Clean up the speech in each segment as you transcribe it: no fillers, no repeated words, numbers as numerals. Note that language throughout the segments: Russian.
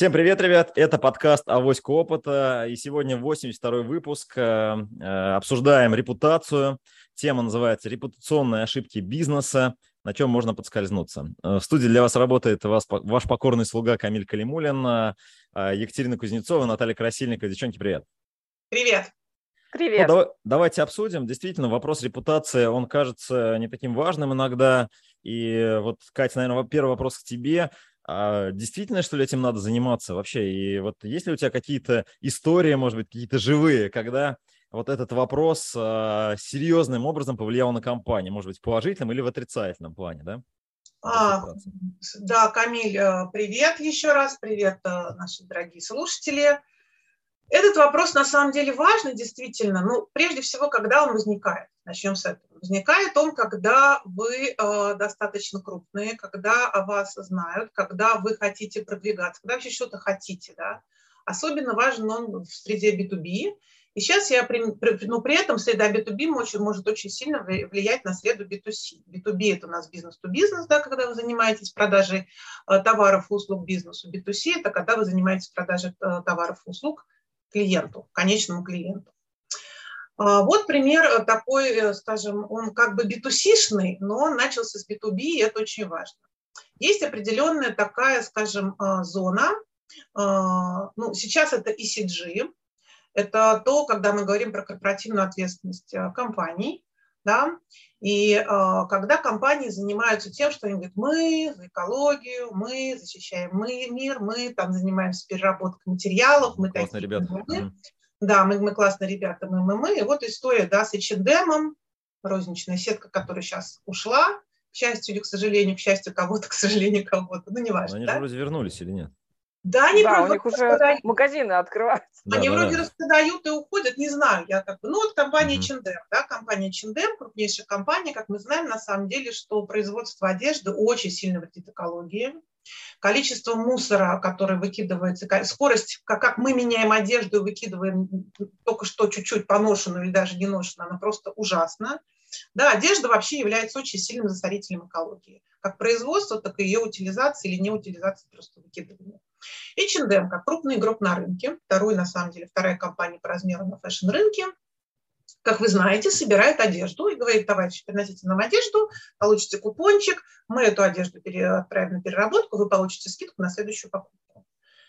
Всем привет, ребят! Это подкаст «Авоська опыта», и сегодня 82-й выпуск. Обсуждаем репутацию. Тема называется «Репутационные ошибки бизнеса. На чем можно подскользнуться». В студии для вас работает ваш покорный слуга Камиль Калимуллин, Екатерина Кузнецова, Наталья Красильникова. Девчонки, привет! Привет! Привет! Ну, давайте обсудим. Действительно, вопрос репутации, он кажется не таким важным иногда. И вот, Катя, наверное, первый вопрос к тебе. Действительно, что ли, этим надо заниматься вообще? И вот есть ли у тебя какие-то истории, может быть, какие-то живые, когда вот этот вопрос серьезным образом повлиял на компанию? Может быть, в положительном или в отрицательном плане, да? Да, Камиль, привет еще раз. Привет, наши дорогие слушатели. Этот вопрос на самом деле важный, действительно. Ну, прежде всего, когда он возникает. Начнем с этого. Возникает он, когда вы достаточно крупные, когда о вас знают, когда вы хотите продвигаться, когда вообще что-то хотите. Да? Особенно важен он в среде B2B. И сейчас при этом среда B2B может очень сильно влиять на среду B2C. B2B – это у нас бизнес-to-бизнес, да, когда вы занимаетесь продажей товаров и услуг бизнесу. B2C – это когда вы занимаетесь продажей товаров и услуг клиенту, конечному клиенту. Вот пример такой, скажем, он как бы B2C-шный, но он начался с B2B, и это очень важно. Есть определенная такая, скажем, зона, ну, сейчас это ESG, это то, когда мы говорим про корпоративную ответственность компаний, да, и когда компании занимаются тем, что они говорят, мы за экологию, мы защищаем мир, мы там занимаемся переработкой материалов, мы классные такие, ребята. Да, мы классные ребята, мы. И вот история, да, с H&M, розничная сетка, которая сейчас ушла, к счастью или к сожалению, к счастью кого-то, к сожалению кого-то, ну, неважно. Они да? же вроде вернулись или нет? Да, они у них уже магазины открываются. Они вроде распродают и уходят, не знаю, я как бы. Ну вот компания H&M, да, компания H&M, крупнейшая компания, как мы знаем, на самом деле, что производство одежды очень сильно вредит экологии. Количество мусора, которое выкидывается, скорость, как мы меняем одежду и выкидываем только что чуть-чуть поношенную или даже не ношенную, она просто ужасна. Да, одежда вообще является очень сильным засорителем экологии. Как производство, так и ее утилизация или неутилизация, просто выкидывание. H&M, как крупный игрок на рынке, вторая компания по размеру на фэшн-рынке, как вы знаете, собирает одежду и говорит, товарищи, приносите нам одежду, получите купончик, мы эту одежду отправим на переработку, вы получите скидку на следующую покупку.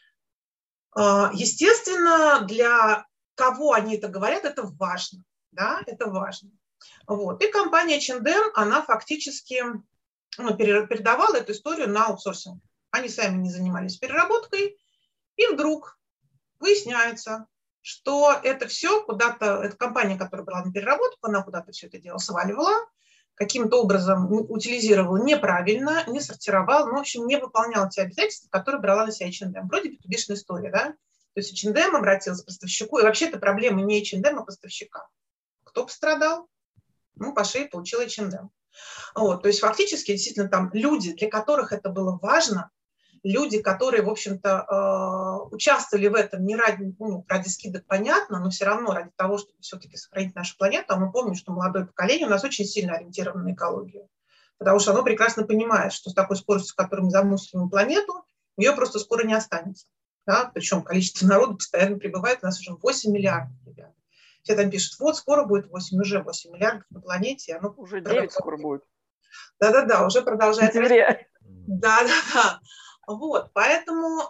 Естественно, для кого они это говорят, это важно. Да, это важно. Вот. И компания H&M, она фактически передавала эту историю на аутсорсинг. Они сами не занимались переработкой, и вдруг выясняется, что это все куда-то, эта компания, которая брала на переработку, она куда-то все это дело сваливала, каким-то образом утилизировала неправильно, не сортировала, ну, в общем, не выполняла те обязательства, которые брала на себя H&M. Вроде B2B-шная история, да? То есть H&M обратился к поставщику, и вообще это проблема не H&M, а поставщика. Кто пострадал? Ну, по шее получил H&M. Вот, то есть фактически, действительно, там люди, для которых это было важно, люди, которые, в общем-то, участвовали в этом не ради скидок, понятно, но все равно ради того, чтобы все-таки сохранить нашу планету. А мы помним, что молодое поколение у нас очень сильно ориентировано на экологию, потому что оно прекрасно понимает, что с такой скоростью, с которой мы замусориваем планету, ее просто скоро не останется. Да? Причем количество народу постоянно прибывает, у нас уже 8 миллиардов, ребят. Все там пишут, вот скоро будет 8, уже 8 миллиардов на планете. Оно уже 9 скоро будет. Да-да-да, уже продолжает расти. Да-да-да. Вот, поэтому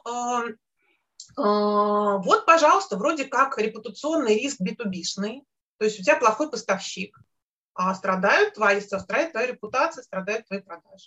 вот, пожалуйста, вроде как репутационный риск B2B-шный, то есть у тебя плохой поставщик, а страдает твоя репутация, страдают твои продажи.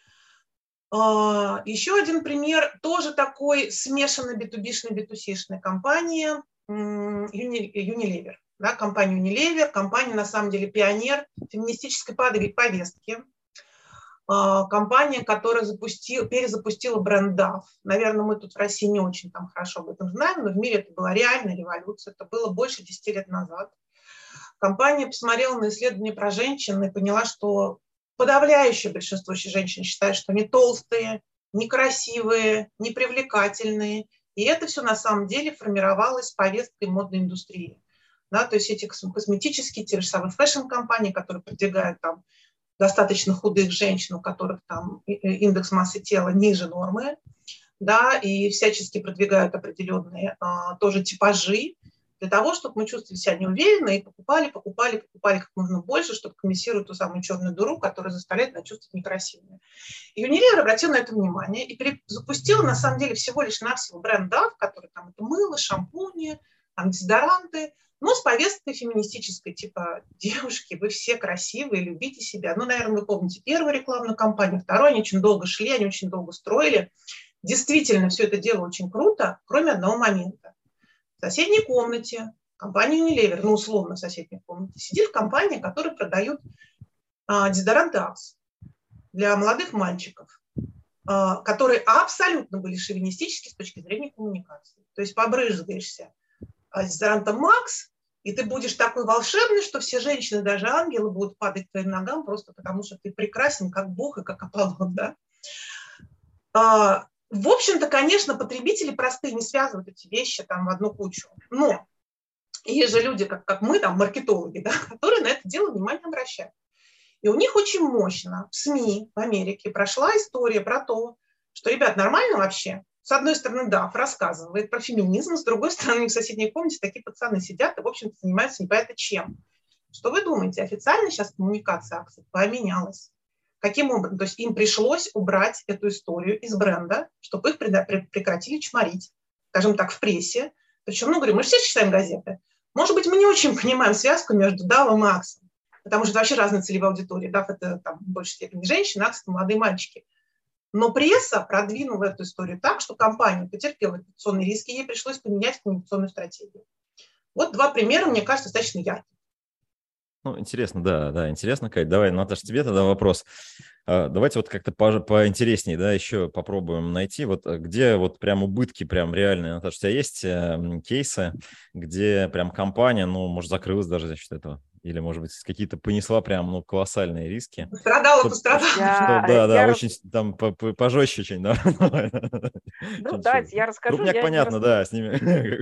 Еще один пример, тоже такой смешанный B2B-шный, B2C-шной компании Unilever. Да, компания Unilever, компания на самом деле пионер феминистической повестки. Компания, которая перезапустила бренд Dove. Наверное, мы тут в России не очень там хорошо об этом знаем, но в мире это была реальная революция, это было больше 10 лет назад. Компания посмотрела на исследования про женщин и поняла, что подавляющее большинство женщин считают, что они толстые, некрасивые, непривлекательные. И это все на самом деле формировалось повесткой модной индустрии. Да, то есть эти косметические, те же самые фэшн-компании, которые продвигают там достаточно худых женщин, у которых там индекс массы тела ниже нормы, да, и всячески продвигают определенные тоже типажи для того, чтобы мы чувствовали себя неуверенно и покупали как можно больше, чтобы компенсировать ту самую черную дыру, которая заставляет нас чувствовать некрасивыми. И Unilever обратил на это внимание и запустил, на самом деле, всего лишь навсего бренд Dove, который там это мыло, шампуни, там, дезодоранты, но с повесткой феминистической, типа, девушки, вы все красивые, любите себя. Ну, наверное, вы помните первую рекламную кампанию, вторую, они очень долго шли, они очень долго строили. Действительно, все это дело очень круто, кроме одного момента. В соседней комнате компания Unilever, ну, условно в соседней комнате, сидит компания, которая продает дезодорант Axe для молодых мальчиков, которые абсолютно были шовинистические с точки зрения коммуникации. То есть побрызгаешься дезодорантом Макс, и ты будешь такой волшебный, что все женщины, даже ангелы, будут падать к твоим ногам просто потому, что ты прекрасен, как Бог и как Аполлон, да? В общем-то, конечно, потребители простые не связывают эти вещи там в одну кучу. Но есть же люди, как мы, там, маркетологи, да, которые на это дело внимание обращают. И у них очень мощно в СМИ в Америке прошла история про то, что, ребят, нормально вообще? С одной стороны, Dove рассказывает про феминизм, с другой стороны, в соседней комнате такие пацаны сидят и, в общем-то, занимаются непонятно чем. Что вы думаете? Официально сейчас коммуникация акций поменялась. Каким образом? То есть им пришлось убрать эту историю из бренда, чтобы их прекратили чморить, скажем так, в прессе. Причем, ну, говорю, мы же все читаем газеты. Может быть, мы не очень понимаем связку между Dove и Axe, потому что это вообще разная целевая аудитория. Dove – это там, в большей степени женщины, Axe – это молодые мальчики. Но пресса продвинула эту историю так, что компания потерпела репутационные риски, ей пришлось поменять коммуникационную стратегию. Вот два примера, мне кажется, достаточно яркие. Ну, интересно, да, интересно, Кать. Давай, Наташа, тебе тогда вопрос. Давайте вот как-то поинтереснее, да, еще попробуем найти, вот где вот прям убытки прям реальные. Наташа, у тебя есть кейсы, где прям компания, ну, может, закрылась даже за счет этого? Или, может быть, какие-то понесла прям, ну, колоссальные риски? Пострадала. Да, очень там пожестче очень, да. Ну, давайте я расскажу. Крупняк, понятно, да, с ними.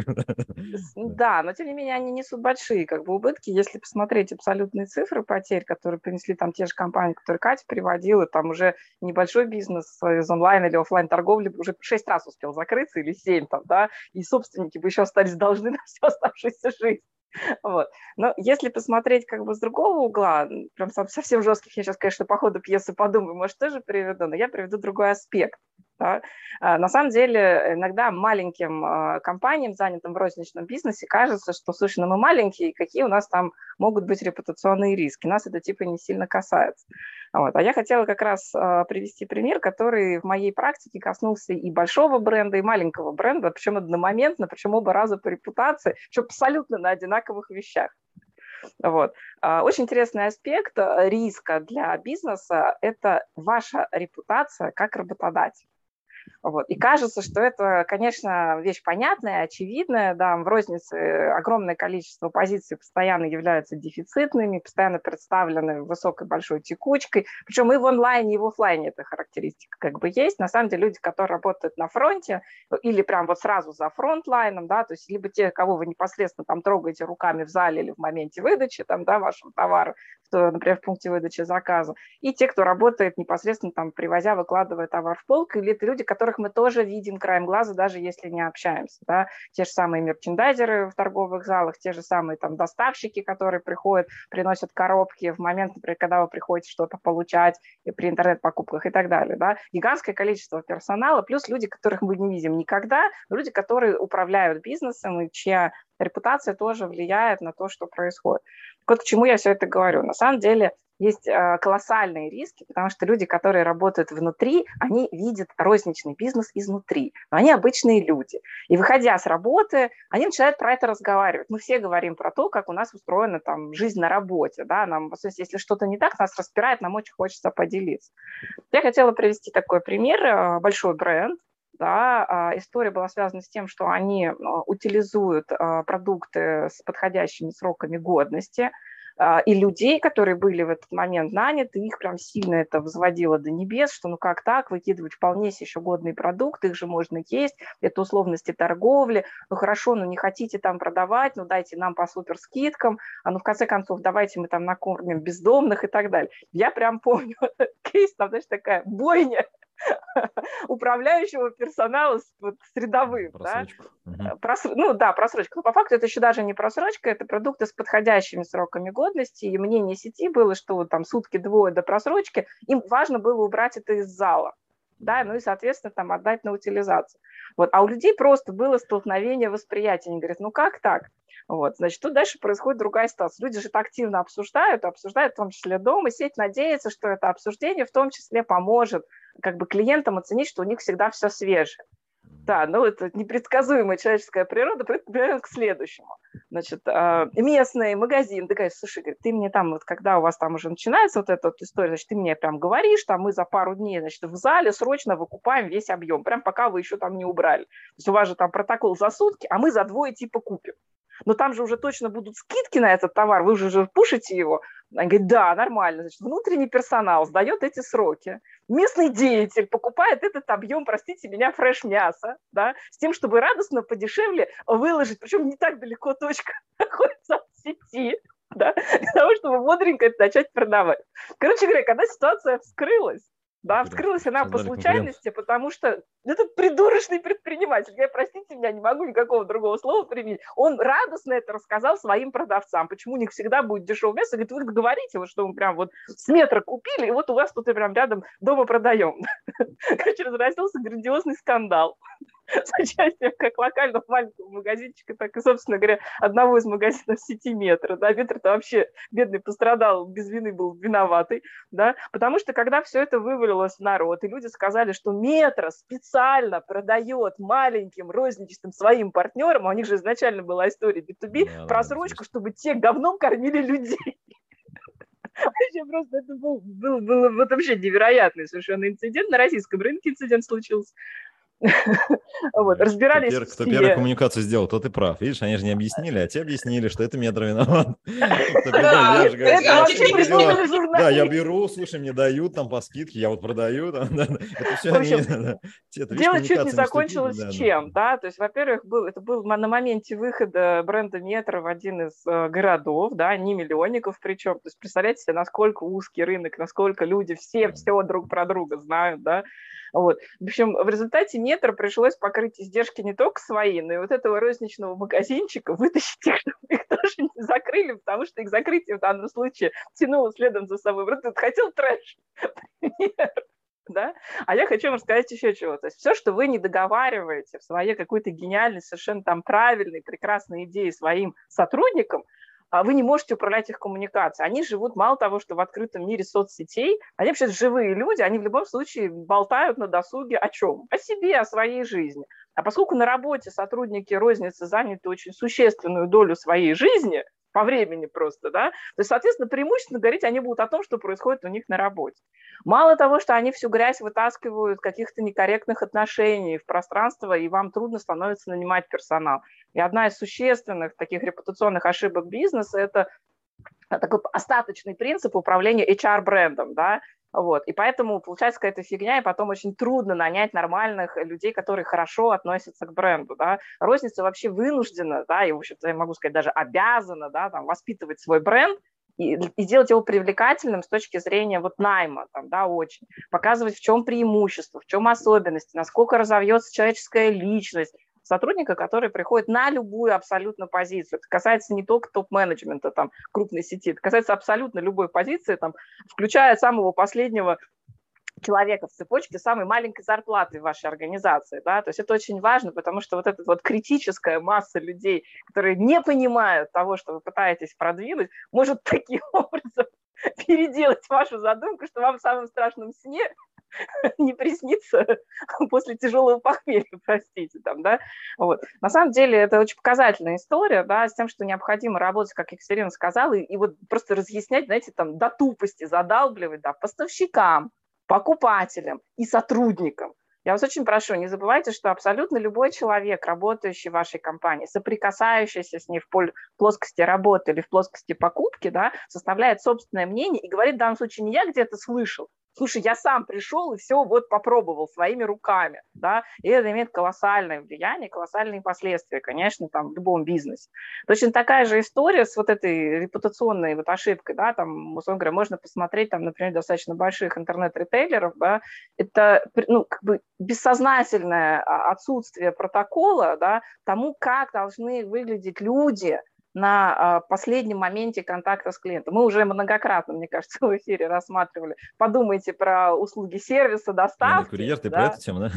Да, но тем не менее они несут большие как бы убытки. Если посмотреть абсолютные цифры потерь, которые принесли там те же компании, которые Катя приводила, там уже небольшой бизнес из онлайн или офлайн торговли уже 6 раз успел закрыться или 7 там, да, и собственники бы еще остались должны на всю оставшуюся жизнь. Вот. Но если посмотреть как бы с другого угла, прям совсем жестких, я сейчас, конечно, по ходу пьесы подумаю, может, тоже приведу, но я приведу другой аспект. Да? На самом деле, иногда маленьким компаниям, занятым в розничном бизнесе, кажется, что, слушай, ну мы маленькие, какие у нас там могут быть репутационные риски, нас это типа не сильно касается. Вот. А я хотела как раз привести пример, который в моей практике коснулся и большого бренда, и маленького бренда, причем одномоментно, причем оба раза по репутации, причем абсолютно на одинаковых вещах. Вот. Очень интересный аспект риска для бизнеса – это ваша репутация как работодатель. Вот. И кажется, что это, конечно, вещь понятная, очевидная. Да, в рознице огромное количество позиций постоянно являются дефицитными, постоянно представлены высокой большой текучкой. Причем и в онлайне, и в офлайне эта характеристика как бы есть. На самом деле люди, которые работают на фронте или прям вот сразу за фронтлайном, да, то есть либо те, кого вы непосредственно там трогаете руками в зале или в моменте выдачи там, да, вашего товара, например, в пункте выдачи заказа, и те, кто работает непосредственно там, привозя, выкладывая товар в полк, или это люди, которых мы тоже видим краем глаза, даже если не общаемся. Да? Те же самые мерчендайзеры в торговых залах, те же самые там доставщики, которые приходят, приносят коробки в момент, например, когда вы приходите что-то получать при интернет-покупках и так далее. Да? Гигантское количество персонала, плюс люди, которых мы не видим никогда, люди, которые управляют бизнесом и чья репутация тоже влияет на то, что происходит. Вот к чему я все это говорю. На самом деле есть колоссальные риски, потому что люди, которые работают внутри, они видят розничный бизнес изнутри. Но они обычные люди. И выходя с работы, они начинают про это разговаривать. Мы все говорим про то, как у нас устроена там жизнь на работе. Да? Нам, если что-то не так, нас распирает, нам очень хочется поделиться. Я хотела привести такой пример. Большой бренд. Да, история была связана с тем, что они утилизуют продукты с подходящими сроками годности, и людей, которые были в этот момент наняты, их прям сильно это взводило до небес, что ну как так, выкидывать вполне себе еще годные продукты, их же можно есть, это условности торговли, ну хорошо, ну не хотите там продавать, ну дайте нам по супер скидкам, а ну в конце концов давайте мы там накормим бездомных и так далее. Я прям помню этот кейс, там, знаешь, такая бойня, управляющего персонала с рядовым. Просрочку. Да? Просрочка. Но по факту это еще даже не просрочка, это продукты с подходящими сроками годности. И мнение сети было, что там сутки-двое до просрочки, им важно было убрать это из зала. Да, ну и, соответственно, там отдать на утилизацию. Вот. А у людей просто было столкновение восприятия. Они говорят, ну как так? Вот. Значит, тут дальше происходит другая ситуация. Люди же это активно обсуждают в том числе дома. Сеть надеется, что это обсуждение в том числе поможет как бы клиентам оценить, что у них всегда все свежее. Да, ну это непредсказуемая человеческая природа, примерно к следующему. Значит, местный магазин, ты говоришь, слушай, говорит, ты мне там, вот когда у вас там уже начинается вот эта вот история, значит, ты мне прям говоришь, там мы за пару дней, значит, в зале срочно выкупаем весь объем, прям пока вы еще там не убрали. То есть у вас же там протокол за сутки, а мы за двое типа купим. Но там же уже точно будут скидки на этот товар, вы уже пушите его. Они говорят, да, нормально. Значит, внутренний персонал сдает эти сроки. Местный деятель покупает этот объем, простите меня, фреш-мяса, да, с тем, чтобы радостно, подешевле выложить. Причем не так далеко точка находится от сети, да, для того, чтобы бодренько это начать продавать. Короче говоря, когда ситуация вскрылась, да, вскрылась она по случайности, потому что это придурочный предприниматель. Я, простите меня, не могу никакого другого слова применить. Он радостно это рассказал своим продавцам, почему у них всегда будет дешевое мясо. Говорит, вы говорите, вот, что мы прям вот с метра купили, и вот у вас тут и прям рядом дома продаем. Короче, разразился грандиозный скандал с участием как локального маленького магазинчика, так и, собственно говоря, одного из магазинов сети Метро. Да, Метро-то вообще бедный пострадал, без вины был виноватый, да, потому что когда все это вывалилось в народ, и люди сказали, что Метро специально продает маленьким розничным своим партнерам, а у них же изначально была история B2B, просрочку, чтобы те говном кормили людей. Вообще просто это был вот вообще невероятный совершенно инцидент. На российском рынке инцидент случился. Вот, разбирались кто первую коммуникацию сделал, тот и прав. Видишь, они же не объяснили, а те объяснили, что это Метро виноват. Да, я беру, слушай, мне дают там по скидке, я вот продаю. Это все они. Дело чуть не закончилось чем, да, то есть, во-первых, это был на моменте выхода бренда Метро в один из городов, да, не миллионников причем, то есть, представляете себе, насколько узкий рынок, насколько люди все друг про друга знают, да. Вот. В общем, в результате Метро пришлось покрыть издержки не только свои, но и вот этого розничного магазинчика, вытащить их, чтобы их тоже не закрыли, потому что их закрытие в данном случае тянуло следом за собой. Вот тут хотел трэш. Да? А я хочу вам рассказать еще чего. То есть все, что вы не договариваете в своей какой-то гениальной, совершенно там правильной, прекрасной идее своим сотрудникам, вы не можете управлять их коммуникацией. Они живут, мало того, что в открытом мире соцсетей, они вообще живые люди, они в любом случае болтают на досуге о чем? О себе, о своей жизни. А поскольку на работе сотрудники розницы заняты очень существенную долю своей жизни, по времени просто, да, то есть, соответственно, преимущественно говорить они будут о том, что происходит у них на работе. Мало того, что они всю грязь вытаскивают каких-то некорректных отношений в пространство, и вам трудно становится нанимать персонал. И одна из существенных таких репутационных ошибок бизнеса – это такой остаточный принцип управления HR-брендом, да, вот. И поэтому получается какая-то фигня, и потом очень трудно нанять нормальных людей, которые хорошо относятся к бренду. Да. Розница вообще вынуждена, да, и, в общем-то, я могу сказать, даже обязана, да, там, воспитывать свой бренд и делать его привлекательным с точки зрения вот найма, там, да, очень. Показывать, в чем преимущество, в чем особенности, насколько разовьется человеческая личность сотрудника, который приходит на любую абсолютно позицию. Это касается не только топ-менеджмента там, крупной сети, это касается абсолютно любой позиции, там, включая самого последнего человека в цепочке самой маленькой зарплаты в вашей организации. Да? То есть это очень важно, потому что вот эта вот критическая масса людей, которые не понимают того, что вы пытаетесь продвинуть, может таким образом переделать вашу задумку, что вам в самом страшном сне не приснится после тяжелого похмелья, простите, там, да, вот. На самом деле это очень показательная история, да, с тем, что необходимо работать, как Екатерина сказала, и вот просто разъяснять, знаете, там, до тупости задалбливать, да, поставщикам, покупателям и сотрудникам. Я вас очень прошу, не забывайте, что абсолютно любой человек, работающий в вашей компании, соприкасающийся с ней в плоскости работы или в плоскости покупки, да, составляет собственное мнение и говорит в данном случае не я где-то слышал, слушай, я сам пришел и все вот попробовал своими руками, да, и это имеет колоссальное влияние, колоссальные последствия, конечно, там в любом бизнесе. Точно такая же история с вот этой репутационной вот ошибкой, да, там, условно говоря, можно посмотреть, там, например, достаточно больших интернет-ритейлеров, да, это, ну, как бы бессознательное отсутствие протокола, да, тому, как должны выглядеть люди на последнем моменте контакта с клиентом. Мы уже многократно, мне кажется, в эфире рассматривали. Подумайте про услуги сервиса, доставки. Курьер, ты да? про эту тему, да?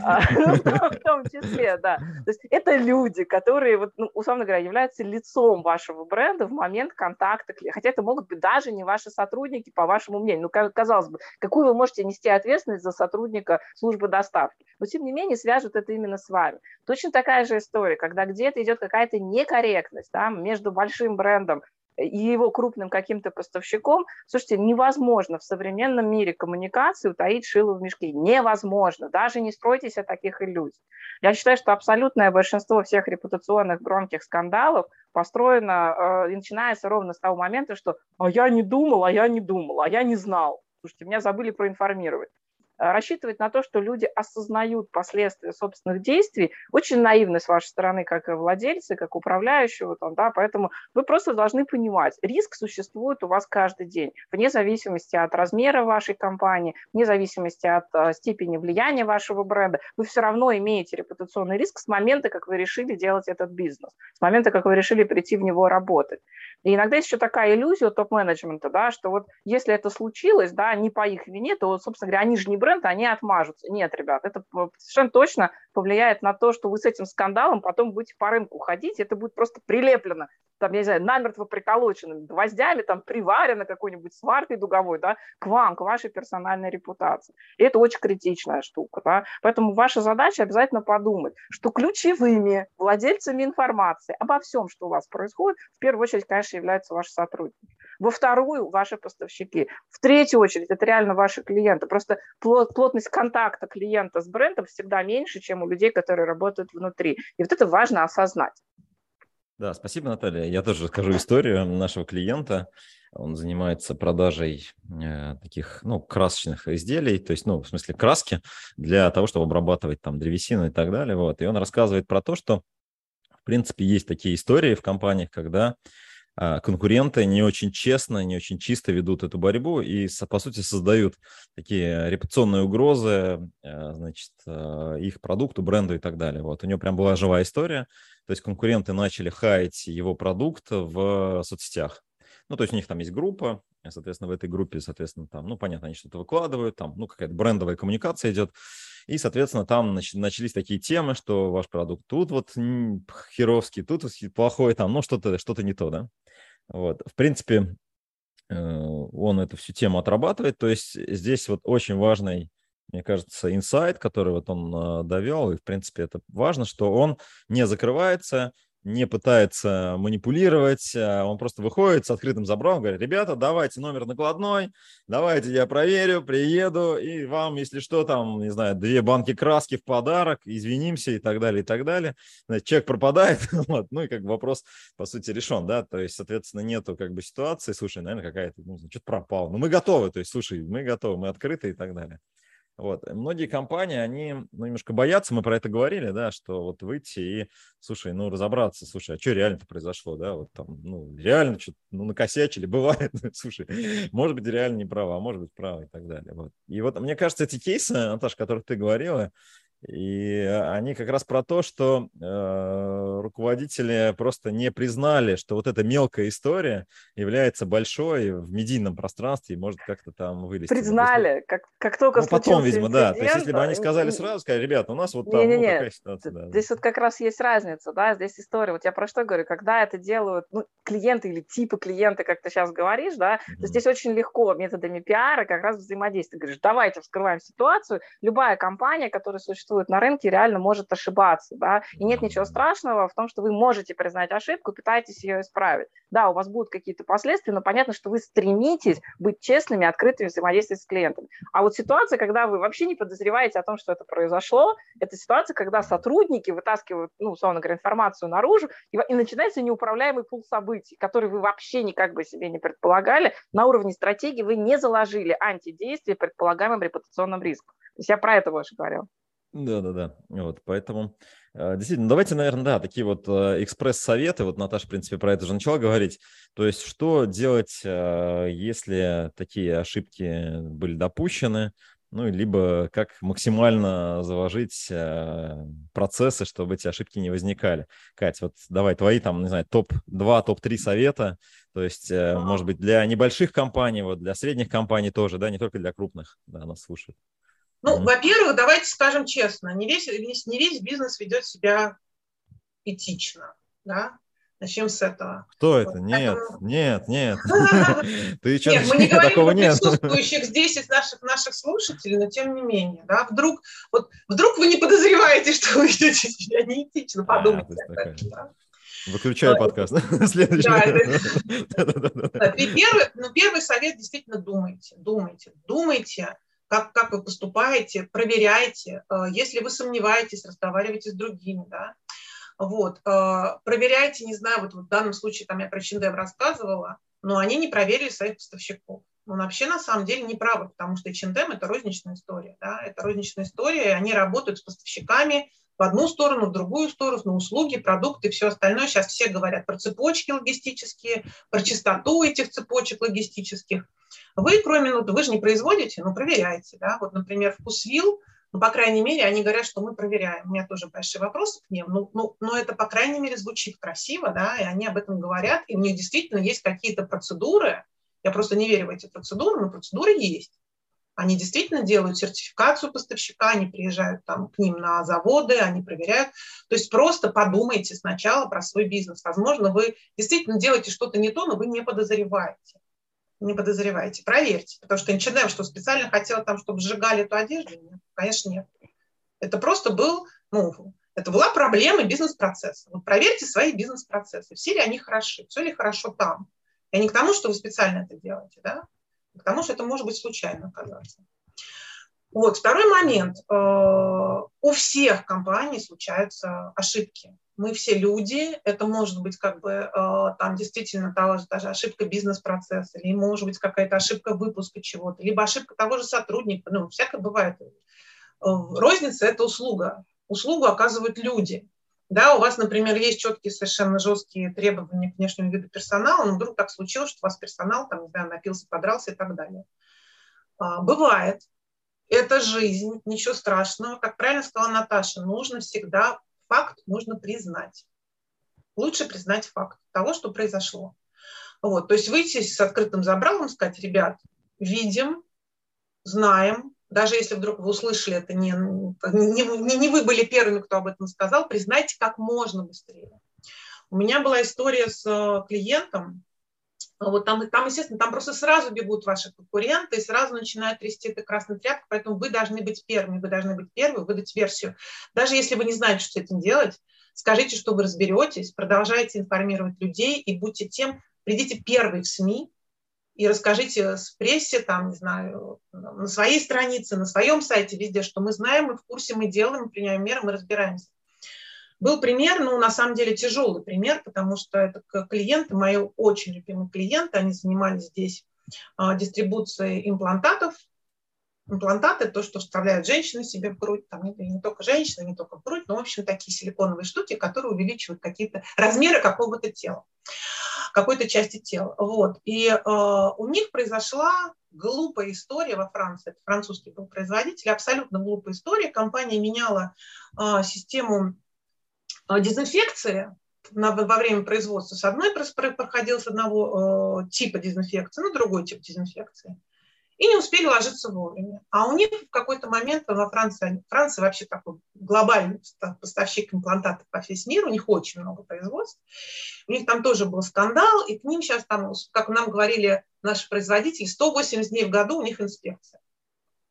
В том числе, да. То есть это люди, которые, вот, ну, условно говоря, являются лицом вашего бренда в момент контакта клиента. Хотя это могут быть даже не ваши сотрудники, по вашему мнению. Ну, казалось бы, какую вы можете нести ответственность за сотрудника службы доставки? Но, тем не менее, свяжут это именно с вами. Точно такая же история, когда где-то идет какая-то некорректность, да, между большим брендом и его крупным каким-то поставщиком. Слушайте, невозможно в современном мире коммуникации утаить шило в мешке. Невозможно. Даже не стройтесь о таких иллюзий. Я считаю, что абсолютное большинство всех репутационных громких скандалов построено и начинается ровно с того момента, что «а я не думал, а я не думал, а я не знал». Слушайте, меня забыли проинформировать. Рассчитывать на то, что люди осознают последствия собственных действий, очень наивно с вашей стороны, как владельцы, как управляющего, там, да, поэтому вы просто должны понимать, риск существует у вас каждый день, вне зависимости от размера вашей компании, вне зависимости от степени влияния вашего бренда, вы все равно имеете репутационный риск с момента, как вы решили делать этот бизнес, с момента, как вы решили прийти в него работать. И иногда есть еще такая иллюзия топ-менеджмента, да, что вот если это случилось, да, не по их вине, то, собственно говоря, они же не бренд, они отмажутся. Нет, ребят, это совершенно точно повлияет на то, что вы с этим скандалом потом будете по рынку ходить, это будет просто прилеплено, там, я не знаю, намертво приколоченными гвоздями, там, приварено какой-нибудь сваркой дуговой, да, к вам, к вашей персональной репутации. И это очень критичная штука, да. Поэтому ваша задача обязательно подумать, что ключевыми владельцами информации обо всем, что у вас происходит, в первую очередь, конечно, являются ваши сотрудники. Во вторую – ваши поставщики. В третью очередь – это реально ваши клиенты. Просто плотность контакта клиента с брендом всегда меньше, чем у людей, которые работают внутри. И вот это важно осознать. Да, спасибо, Наталья. Я тоже расскажу историю нашего клиента. Он занимается продажей таких, ну, красочных изделий, то есть, ну, в смысле краски для того, чтобы обрабатывать там древесину и так далее. Вот. И он рассказывает про то, что, в принципе, есть такие истории в компаниях, когда конкуренты не очень честно, не очень чисто ведут эту борьбу и, по сути, создают такие репутационные угрозы, значит, их продукту, бренду и так далее. Вот. У него прям была живая история. То есть конкуренты начали хаять его продукт в соцсетях. Ну, то есть у них там есть группа, соответственно, в этой группе, соответственно, там, ну, понятно, они что-то выкладывают, там, ну, какая-то брендовая коммуникация идет. И, соответственно, там начались такие темы, что ваш продукт тут вот херовский, тут плохой, там, ну, что-то не то, да. Вот. В принципе, он эту всю тему отрабатывает. То есть здесь вот очень важный, мне кажется, инсайт, который вот он довел. И, в принципе, это важно, что он не закрывается, не пытается манипулировать, он просто выходит с открытым забралом, говорит: ребята, давайте номер накладной, давайте я проверю, приеду, и вам, если что, там, не знаю, 2 банки краски в подарок, извинимся и так далее, и так далее. Значит, человек пропадает, вот, ну и как бы вопрос, по сути, решен, да, то есть, соответственно, нету как бы ситуации, слушай, наверное, какая-то, ну, что-то пропало, ну мы готовы, то есть, слушай, мы готовы, мы открыты и так далее. Вот. Многие компании, они немножко боятся, мы про это говорили, да, что вот выйти и, слушай, ну, разобраться, слушай, а что реально-то произошло, да, вот там, ну, реально что-то, ну, накосячили, бывает, слушай, может быть, реально не право, а может быть, право и так далее. Вот. И вот мне кажется, эти кейсы, Наташа, о которых ты говорила, и они как раз про то, что руководители просто не признали, что вот эта мелкая история является большой в медийном пространстве и может как-то там вылезти. Признали, да, как только ну, потом, видимо, инцидент, да. То есть если бы они сказали сразу, сказали: ребята, у нас вот там ну, такая ситуация. Да. Здесь вот как раз есть разница, да, здесь история. Вот я про что говорю, когда это делают клиенты или типы клиенты, как ты сейчас говоришь, да, то здесь очень легко методами пиара как раз взаимодействовать. Говоришь, давайте вскрываем ситуацию. Любая компания, которая существует существует на рынке, реально может ошибаться, да, и нет ничего страшного в том, что вы можете признать ошибку, пытаетесь ее исправить. Да, у вас будут какие-то последствия, но понятно, что вы стремитесь быть честными, открытыми, взаимодействовать с клиентами. А вот ситуация, когда вы вообще не подозреваете о том, что это произошло, это ситуация, когда сотрудники вытаскивают, ну, условно говоря, информацию наружу, и начинается неуправляемый пул событий, который вы вообще никак бы себе не предполагали. На уровне стратегии вы не заложили антидействие предполагаемым репутационным риском. То есть я про это больше говорю. Да. Вот, поэтому, действительно, давайте, наверное, да, такие вот экспресс-советы. Вот Наташа, в принципе, про это уже начала говорить. То есть, что делать, если такие ошибки были допущены, ну, либо как максимально заложить процессы, чтобы эти ошибки не возникали. Кать, вот давай твои там, не знаю, топ-2, топ-3 совета. То есть, может быть, для небольших компаний, вот для средних компаний тоже, да, не только для крупных, да, нас слушают. Ну, во-первых, давайте скажем честно, не весь бизнес ведет себя этично, да? Начнем с этого. Кто это? Нет. Ты что? Нет, мы не говорим про присутствующих здесь из наших слушателей, но тем не менее, да, вдруг вы не подозреваете, что вы ведете себя неэтично, подумайте об этом, да? Выключаю подкаст. Следующий. Первый совет действительно думайте, как вы поступаете, проверяйте. Если вы сомневаетесь, разговаривайте с другими, да. Вот, проверяйте, не знаю, вот в данном случае, там я про H&M рассказывала, но они не проверили своих поставщиков. Но вообще, на самом деле, не правы, потому что H&M – это розничная история, да, это розничная история, и они работают с поставщиками в одну сторону, в другую сторону, услуги, продукты, все остальное. Сейчас все говорят про цепочки логистические, про чистоту этих цепочек логистических. Вы, вы же не производите, но проверяйте, да, вот, например, Вкусвилл, ну, по крайней мере, они говорят, что мы проверяем. У меня тоже большие вопросы к ним, но это, по крайней мере, звучит красиво, да, и они об этом говорят, и у них действительно есть какие-то процедуры, я просто не верю в эти процедуры, но процедуры есть. Они действительно делают сертификацию поставщика, они приезжают там к ним на заводы, они проверяют. То есть просто подумайте сначала про свой бизнес. Возможно, вы действительно делаете что-то не то, но вы не подозреваете. Не подозреваете, проверьте. Потому что H&M, что специально хотела там, чтобы сжигали эту одежду? Нет, конечно, нет. Это просто это была проблема бизнес-процесса. Вот проверьте свои бизнес-процессы. Все ли они хороши, все ли хорошо там. И не к тому, что вы специально это делаете, да? А к тому, что это может быть случайно оказаться. Вот, второй момент. У всех компаний случаются ошибки. Мы все люди, это может быть там действительно даже ошибка бизнес-процесса, или может быть какая-то ошибка выпуска чего-то, либо ошибка того же сотрудника, всякое бывает. Розница – это услуга. Услугу оказывают люди. Да, у вас, например, есть четкие, совершенно жесткие требования к внешнему виду персонала, но вдруг так случилось, что у вас персонал, там, не знаю, напился, подрался и так далее. Бывает. Это жизнь, ничего страшного. Как правильно сказала Наташа, факт нужно признать. Лучше признать факт того, что произошло. Вот, то есть выйти с открытым забралом, сказать: ребят, видим, знаем, даже если вдруг вы услышали это, не вы были первыми, кто об этом сказал, признайте как можно быстрее. У меня была история с клиентом. Вот там, естественно, там просто сразу бегут ваши конкуренты и сразу начинают трясти этой красной тряпкой, поэтому вы должны быть первыми, выдать версию. Даже если вы не знаете, что с этим делать, скажите, что вы разберетесь, продолжайте информировать людей и придите первый в СМИ и расскажите в прессе, там, не знаю, на своей странице, на своем сайте, везде, что мы знаем, мы в курсе, мы делаем, мы принимаем меры, мы разбираемся. Был пример, на самом деле тяжелый пример, потому что это клиенты, мои очень любимые клиенты, они занимались здесь дистрибуцией имплантатов. Имплантаты – то, что вставляют женщины себе в грудь, там не только женщины, не только в грудь, но, в общем, такие силиконовые штуки, которые увеличивают какие-то размеры какого-то тела, какой-то части тела. Вот. И у них произошла глупая история во Франции. Это французский был производитель, абсолютно глупая история. Компания меняла систему дезинфекции во время производства. С одной проходил с одного типа дезинфекции на другой тип дезинфекции. И не успели ложиться вовремя. А у них в какой-то момент во Франция вообще такой глобальный поставщик имплантатов по всему миру, у них очень много производств. У них там тоже был скандал, и к ним сейчас, как нам говорили наши производители, 180 дней в году у них инспекция.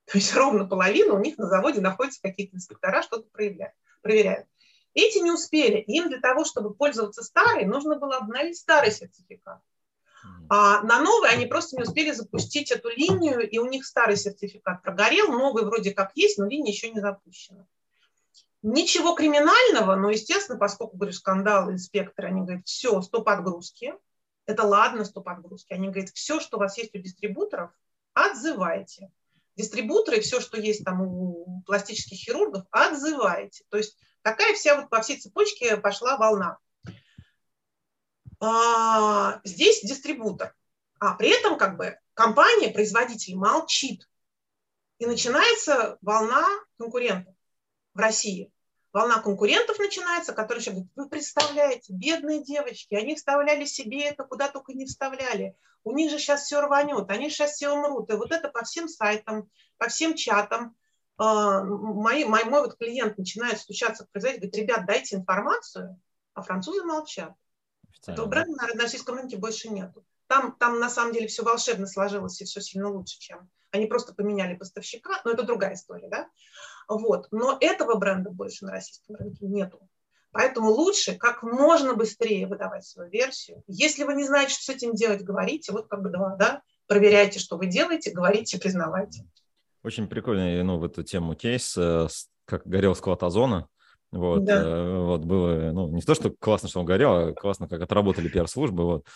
То есть ровно половина у них на заводе находятся какие-то инспектора, что-то проверяют. Эти не успели. Им для того, чтобы пользоваться старой, нужно было обновить старый сертификат. А на новый они просто не успели запустить эту линию, и у них старый сертификат прогорел, новый вроде как есть, но линия еще не запущена. Ничего криминального, но, естественно, поскольку, говорю, скандал, инспекторы, они говорят, все, стоп отгрузки. Это ладно, стоп отгрузки. Они говорят, все, что у вас есть у дистрибуторов, отзывайте. Дистрибуторы, все, что есть там у пластических хирургов, отзывайте. То есть такая вся вот по всей цепочке пошла волна. Здесь дистрибутор. А при этом как бы компания, производитель молчит. И начинается волна конкурентов в России. Волна конкурентов начинается, которые еще говорят, вы представляете, бедные девочки, они вставляли себе это, куда только не вставляли. У них же сейчас все рванет, они сейчас все умрут. И вот это по всем сайтам, по всем чатам. Мой вот клиент начинает стучаться к производителю, говорит, ребят, дайте информацию, а французы молчат. Этого бренда на российском рынке больше нету. Там на самом деле все волшебно сложилось и все сильно лучше, чем они просто поменяли поставщика, но это другая история, да? Вот. Но этого бренда больше на российском рынке нету. Поэтому лучше как можно быстрее выдавать свою версию. Если вы не знаете, что с этим делать, говорите. Вот как бы да, проверяйте, что вы делаете, говорите, признавайте. Очень прикольный, в эту тему кейс, как горел склад Озона. Вот, да. Вот было, не то, что классно, что он горел, а классно, как отработали пиар-службы, вот.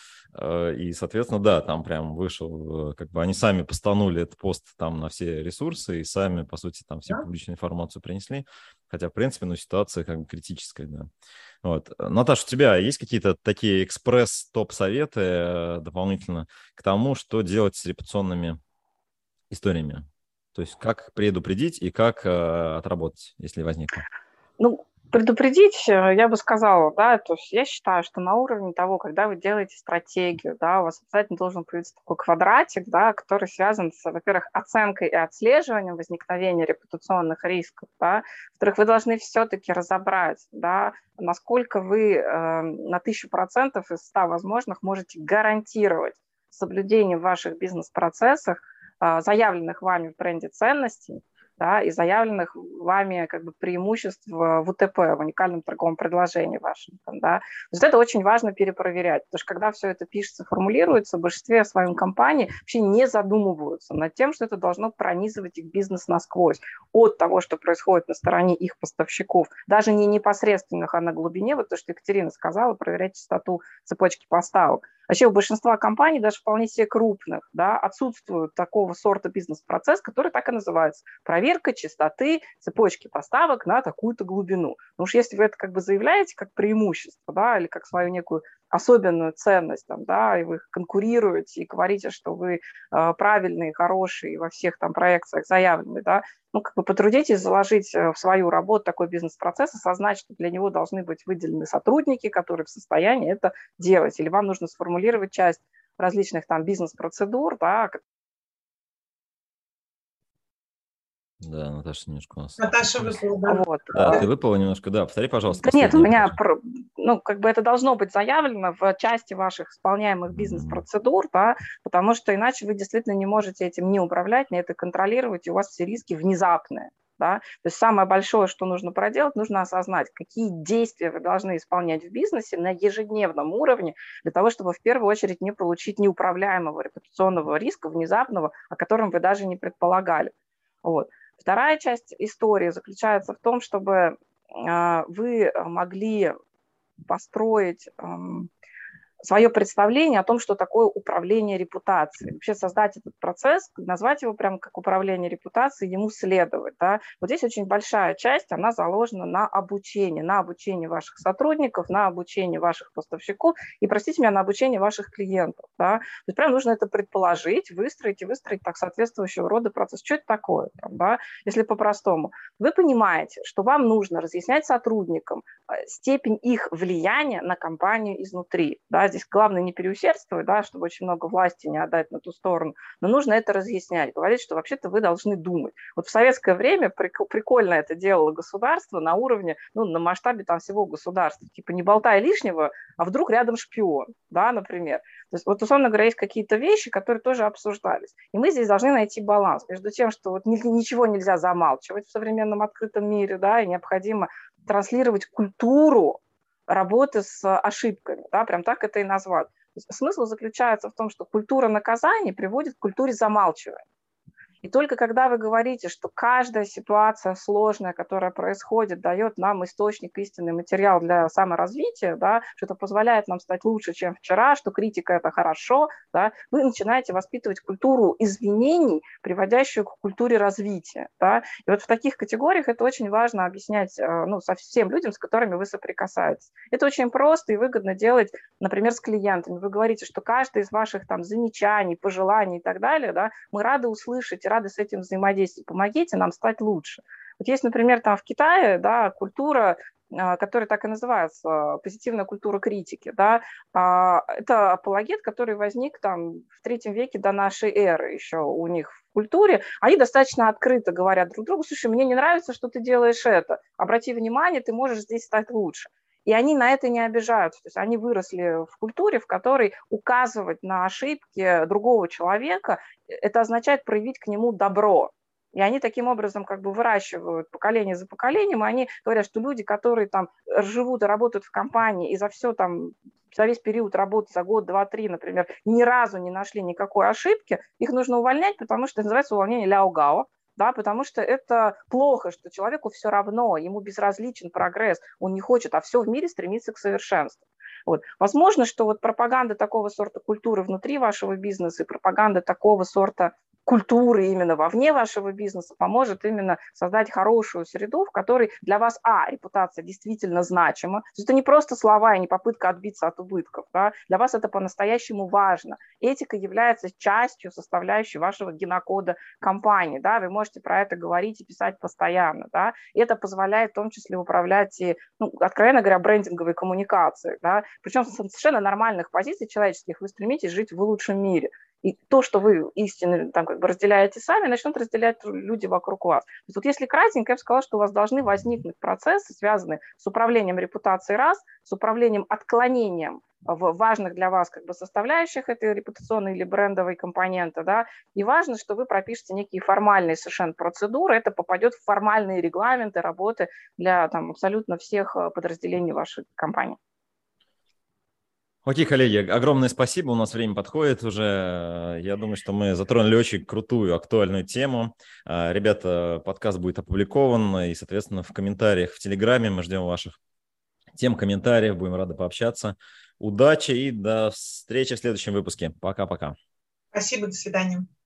И, соответственно, да, там прям вышел, как бы они сами постанули этот пост там на все ресурсы и сами, по сути, там всю публичную информацию принесли, хотя, в принципе, ситуация как бы критическая, да. Вот. Наташа, у тебя есть какие-то такие экспресс-топ-советы дополнительно к тому, что делать с репутационными историями? То есть как предупредить и как отработать, если возникло? Предупредить, я бы сказала, да, то есть я считаю, что на уровне того, когда вы делаете стратегию, да, у вас обязательно должен появиться такой квадратик, да, который связан с, во-первых, оценкой и отслеживанием возникновения репутационных рисков, да, во-вторых, вы должны все-таки разобрать, да, насколько вы на 1000% из 100 возможных можете гарантировать соблюдение в ваших бизнес-процессах заявленных вами в бренде ценностей, да, и заявленных вами как бы преимуществ в УТП, в уникальном торговом предложении вашем. Да. То есть это очень важно перепроверять, потому что когда все это пишется, формулируется, в большинстве своей компании вообще не задумываются над тем, что это должно пронизывать их бизнес насквозь от того, что происходит на стороне их поставщиков, даже не непосредственных, а на глубине, вот то, что Екатерина сказала, проверять частоту цепочки поставок. Вообще у большинства компаний, даже вполне себе крупных, да, отсутствует такого сорта бизнес-процесс, который так и называется. Проверка частоты цепочки поставок на такую-то глубину. Потому что если вы это как бы заявляете как преимущество, да, или как свою некую особенную ценность, там, да, и вы конкурируете и говорите, что вы правильные, хорошие, во всех там проекциях заявлены, да, как бы потрудитесь заложить в свою работу такой бизнес-процесс, осознать, что для него должны быть выделены сотрудники, которые в состоянии это делать. Или вам нужно сформулировать часть различных там бизнес-процедур, да. Да, Наташа немножко у нас... Наташа выпала, да. Вот. Да, ты выпала немножко, да, повтори, пожалуйста. Да нет, у меня, как бы это должно быть заявлено в части ваших исполняемых бизнес-процедур, да, потому что иначе вы действительно не можете этим не управлять, не это контролировать, и у вас все риски внезапные. Да? То есть самое большое, что нужно проделать, нужно осознать, какие действия вы должны исполнять в бизнесе на ежедневном уровне для того, чтобы в первую очередь не получить неуправляемого репутационного риска внезапного, о котором вы даже не предполагали. Вот. Вторая часть истории заключается в том, чтобы вы могли построить свое представление о том, что такое управление репутацией. Вообще создать этот процесс, назвать его прямо как управление репутацией, ему следовать. Да? Вот здесь очень большая часть, она заложена на обучение ваших сотрудников, на обучение ваших поставщиков и, простите меня, на обучение ваших клиентов. Да? То есть прям нужно это предположить, выстроить так соответствующего рода процесс. Что это такое? Да? Если по-простому. Вы понимаете, что вам нужно разъяснять сотрудникам степень их влияния на компанию изнутри. Да? здесь главное не переусердствовать, да, чтобы очень много власти не отдать на ту сторону, но нужно это разъяснять, говорить, что вообще-то вы должны думать. Вот в советское время прикольно это делало государство на уровне, ну, на масштабе там всего государства, типа не болтай лишнего, а вдруг рядом шпион, да, например. То есть вот, условно говоря, есть какие-то вещи, которые тоже обсуждались. И мы здесь должны найти баланс между тем, что вот ничего нельзя замалчивать в современном открытом мире, да, и необходимо транслировать культуру работы с ошибками, да, прям так это и назвать. То есть смысл заключается в том, что культура наказаний приводит к культуре замалчивания. И только когда вы говорите, что каждая ситуация сложная, которая происходит, дает нам источник, истинный материал для саморазвития, да, что это позволяет нам стать лучше, чем вчера, что критика – это хорошо, да, вы начинаете воспитывать культуру извинений, приводящую к культуре развития. Да. И вот в таких категориях это очень важно объяснять, ну, совсем людям, с которыми вы соприкасаетесь. Это очень просто и выгодно делать, например, с клиентами. Вы говорите, что каждое из ваших там замечаний, пожеланий и так далее, да, мы рады услышать, рады с этим взаимодействовать. Помогите нам стать лучше. Вот есть, например, там в Китае, да, культура, которая так и называется, позитивная культура критики, да, это апологет, который возник там в 3 веке до нашей эры еще у них в культуре. Они достаточно открыто говорят друг другу: слушай, мне не нравится, что ты делаешь это, обрати внимание, ты можешь здесь стать лучше. И они на это не обижаются. То есть они выросли в культуре, в которой указывать на ошибки другого человека – это означает проявить к нему добро. И они таким образом как бы выращивают поколение за поколением, и они говорят, что люди, которые там живут и работают в компании, и за весь период работы, за год, 2, 3, например, ни разу не нашли никакой ошибки, их нужно увольнять, потому что это называется увольнение ляо-гао. Да, потому что это плохо, что человеку все равно, ему безразличен прогресс, он не хочет, а все в мире стремится к совершенству. Вот. Возможно, что вот пропаганда такого сорта культуры внутри вашего бизнеса и пропаганда такого сорта культуры именно вовне вашего бизнеса поможет именно создать хорошую среду, в которой для вас, репутация действительно значима. То есть это не просто слова и не попытка отбиться от убытков. Да? Для вас это по-настоящему важно. Этика является частью, составляющей вашего генокода компании. Да? Вы можете про это говорить и писать постоянно. Да? И это позволяет в том числе управлять и, откровенно говоря, брендинговой коммуникацией. Да? Причем с совершенно нормальных позиций человеческих вы стремитесь жить в лучшем мире. И то, что вы истинно там, как бы разделяете сами, начнут разделять люди вокруг вас. То есть вот если кратенько, я бы сказала, что у вас должны возникнуть процессы, связанные с управлением репутацией раз, с управлением отклонением в важных для вас как бы составляющих этой репутационной или брендовой компоненты, да, и важно, что вы пропишете некие формальные совершенно процедуры, это попадет в формальные регламенты работы для там абсолютно всех подразделений вашей компании. Окей, коллеги, огромное спасибо. У нас время подходит уже. Я думаю, что мы затронули очень крутую, актуальную тему. Ребята, подкаст будет опубликован, и, соответственно, в комментариях в Телеграме мы ждем ваших тем, комментариев. Будем рады пообщаться. Удачи и до встречи в следующем выпуске. Пока-пока. Спасибо, до свидания.